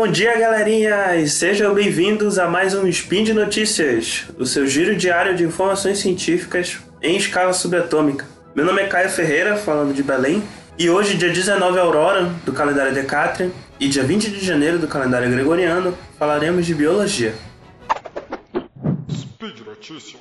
Bom dia, galerinha, e sejam bem-vindos a mais um Spin de Notícias, o seu giro diário de informações científicas em escala subatômica. Meu nome é Caio Ferreira, falando de Belém, e hoje, dia 19 Aurora, do calendário Decatrian, e dia 20 de janeiro, do calendário Gregoriano, falaremos de biologia. Speed Notícias.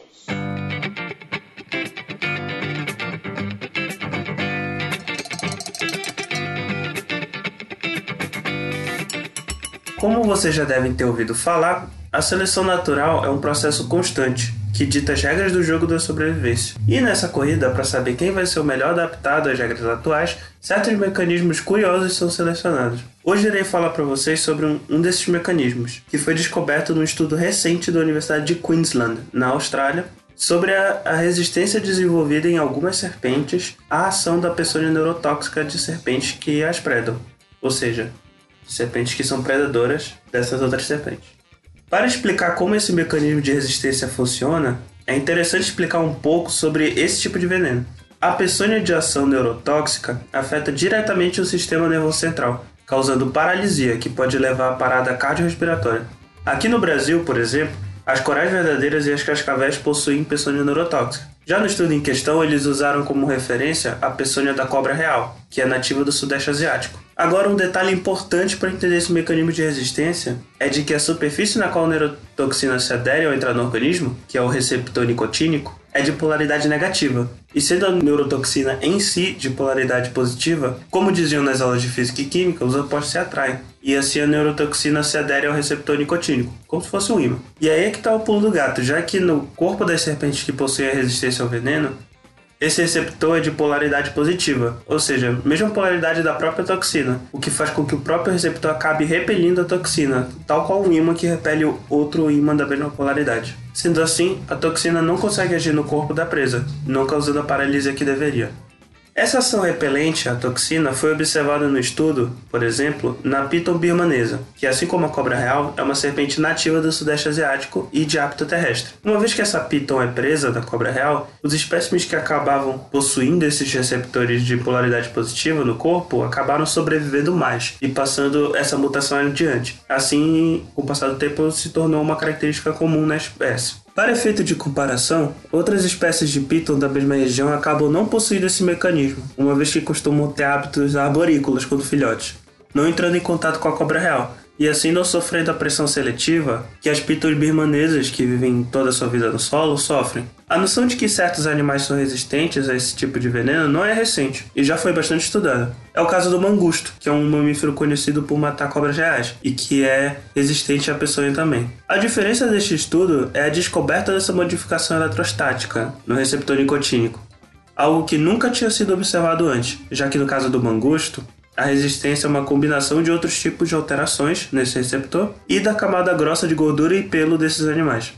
Como vocês já devem ter ouvido falar, a seleção natural é um processo constante, que dita as regras do jogo da sobrevivência. E nessa corrida, para saber quem vai ser o melhor adaptado às regras atuais, certos mecanismos curiosos são selecionados. Hoje irei falar para vocês sobre um desses mecanismos, que foi descoberto num estudo recente da Universidade de Queensland, na Austrália, sobre a resistência desenvolvida em algumas serpentes à ação da peçonha neurotóxica de serpentes que as predam, ou seja, serpentes que são predadoras dessas outras serpentes. Para explicar como esse mecanismo de resistência funciona, é interessante explicar um pouco sobre esse tipo de veneno. A peçonha de ação neurotóxica afeta diretamente o sistema nervoso central, causando paralisia, que pode levar à parada cardiorrespiratória. Aqui no Brasil, por exemplo, as corais verdadeiras e as cascavéis possuem peçonha neurotóxica. Já no estudo em questão, eles usaram como referência a peçonha da cobra real, que é nativa do Sudeste Asiático. Agora, um detalhe importante para entender esse mecanismo de resistência é de que a superfície na qual a neurotoxina se adere ao entrar no organismo, que é o receptor nicotínico, é de polaridade negativa. E sendo a neurotoxina em si de polaridade positiva, como diziam nas aulas de física e química, os opostos se atraem. E assim a neurotoxina se adere ao receptor nicotínico, como se fosse um ímã. E aí é que está o pulo do gato, já que no corpo das serpentes que possuem a resistência ao veneno, esse receptor é de polaridade positiva, ou seja, mesma polaridade da própria toxina, o que faz com que o próprio receptor acabe repelindo a toxina, tal qual um ímã que repele outro ímã da mesma polaridade. Sendo assim, a toxina não consegue agir no corpo da presa, não causando a paralisia que deveria. Essa ação repelente à toxina foi observada no estudo, por exemplo, na piton birmanesa, que assim como a cobra real, é uma serpente nativa do Sudeste Asiático e de hábito terrestre. Uma vez que essa piton é presa da cobra real, os espécimes que acabavam possuindo esses receptores de polaridade positiva no corpo acabaram sobrevivendo mais e passando essa mutação adiante. Assim, com o passar do tempo, se tornou uma característica comum na espécie. Para efeito de comparação, outras espécies de piton da mesma região acabam não possuindo esse mecanismo, uma vez que costumam ter hábitos arborícolas quando filhotes, não entrando em contato com a cobra real, e assim não sofrendo a pressão seletiva que as pitons birmanesas, que vivem toda a sua vida no solo, sofrem. A noção de que certos animais são resistentes a esse tipo de veneno não é recente, e já foi bastante estudada. É o caso do mangusto, que é um mamífero conhecido por matar cobras reais, e que é resistente à peçonha também. A diferença deste estudo é a descoberta dessa modificação eletrostática no receptor nicotínico, algo que nunca tinha sido observado antes, já que no caso do mangusto, a resistência é uma combinação de outros tipos de alterações nesse receptor e da camada grossa de gordura e pelo desses animais.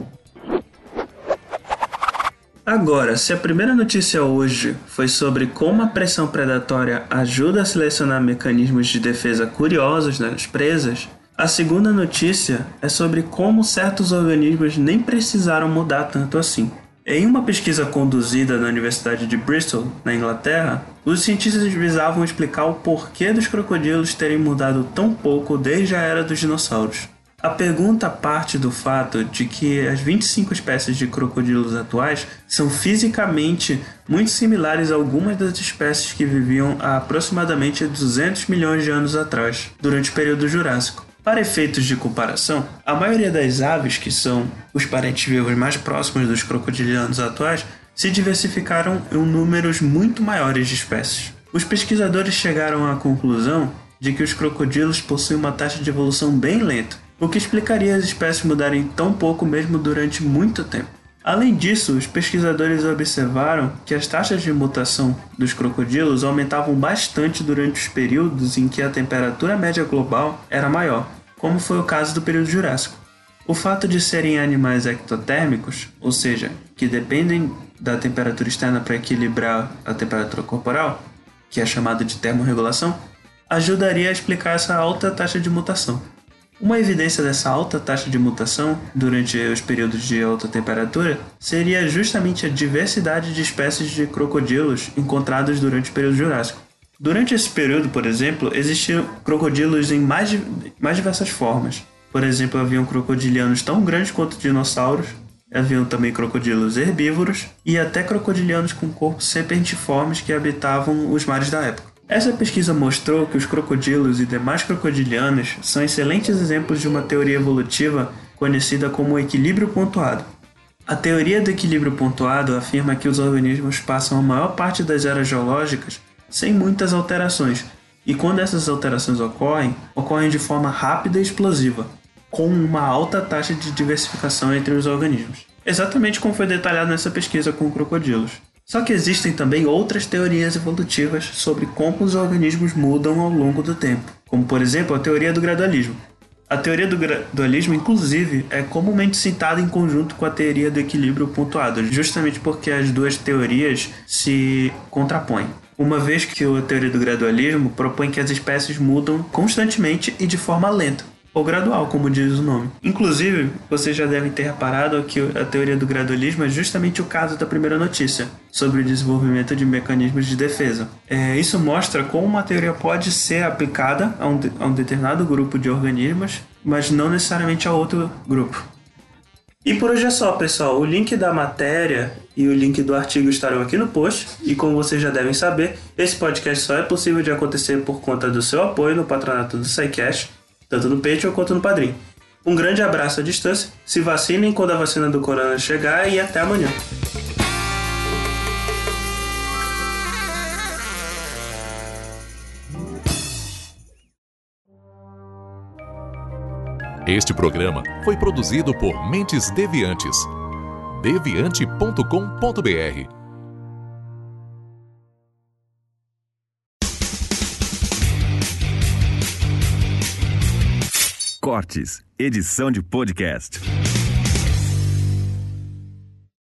Agora, se a primeira notícia hoje foi sobre como a pressão predatória ajuda a selecionar mecanismos de defesa curiosos nas presas, a segunda notícia é sobre como certos organismos nem precisaram mudar tanto assim. Em uma pesquisa conduzida na Universidade de Bristol, na Inglaterra, os cientistas visavam explicar o porquê dos crocodilos terem mudado tão pouco desde a era dos dinossauros. A pergunta parte do fato de que as 25 espécies de crocodilos atuais são fisicamente muito similares a algumas das espécies que viviam há aproximadamente 200 milhões de anos atrás, durante o período Jurássico. Para efeitos de comparação, a maioria das aves, que são os parentes vivos mais próximos dos crocodilianos atuais, se diversificaram em números muito maiores de espécies. Os pesquisadores chegaram à conclusão de que os crocodilos possuem uma taxa de evolução bem lenta, o que explicaria as espécies mudarem tão pouco mesmo durante muito tempo. Além disso, os pesquisadores observaram que as taxas de mutação dos crocodilos aumentavam bastante durante os períodos em que a temperatura média global era maior, como foi o caso do período Jurássico. O fato de serem animais ectotérmicos, ou seja, que dependem da temperatura externa para equilibrar a temperatura corporal, que é chamado de termorregulação, ajudaria a explicar essa alta taxa de mutação. Uma evidência dessa alta taxa de mutação durante os períodos de alta temperatura seria justamente a diversidade de espécies de crocodilos encontradas durante o período Jurássico. Durante esse período, por exemplo, existiam crocodilos em mais diversas formas. Por exemplo, haviam crocodilianos tão grandes quanto dinossauros, haviam também crocodilos herbívoros e até crocodilianos com corpos serpentiformes que habitavam os mares da época. Essa pesquisa mostrou que os crocodilos e demais crocodilianos são excelentes exemplos de uma teoria evolutiva conhecida como equilíbrio pontuado. A teoria do equilíbrio pontuado afirma que os organismos passam a maior parte das eras geológicas sem muitas alterações, e quando essas alterações ocorrem de forma rápida e explosiva, com uma alta taxa de diversificação entre os organismos. Exatamente como foi detalhado nessa pesquisa com crocodilos. Só que existem também outras teorias evolutivas sobre como os organismos mudam ao longo do tempo, como por exemplo a teoria do gradualismo. A teoria do gradualismo, inclusive, é comumente citada em conjunto com a teoria do equilíbrio pontuado, justamente porque as duas teorias se contrapõem. Uma vez que a teoria do gradualismo propõe que as espécies mudam constantemente e de forma lenta, ou gradual, como diz o nome. Inclusive, vocês já devem ter reparado que a teoria do gradualismo é justamente o caso da primeira notícia, sobre o desenvolvimento de mecanismos de defesa. Isso mostra como uma teoria pode ser aplicada a um determinado grupo de organismos, mas não necessariamente a outro grupo. E por hoje é só, pessoal. O link da matéria e o link do artigo estarão aqui no post. E como vocês já devem saber, esse podcast só é possível de acontecer por conta do seu apoio no patronato do SciCast, tanto no Patreon quanto no Padrim. Um grande abraço à distância, se vacinem quando a vacina do corona chegar e até amanhã. Este programa foi produzido por Mentes Deviantes. deviante.com.br. Cortes, edição de podcast.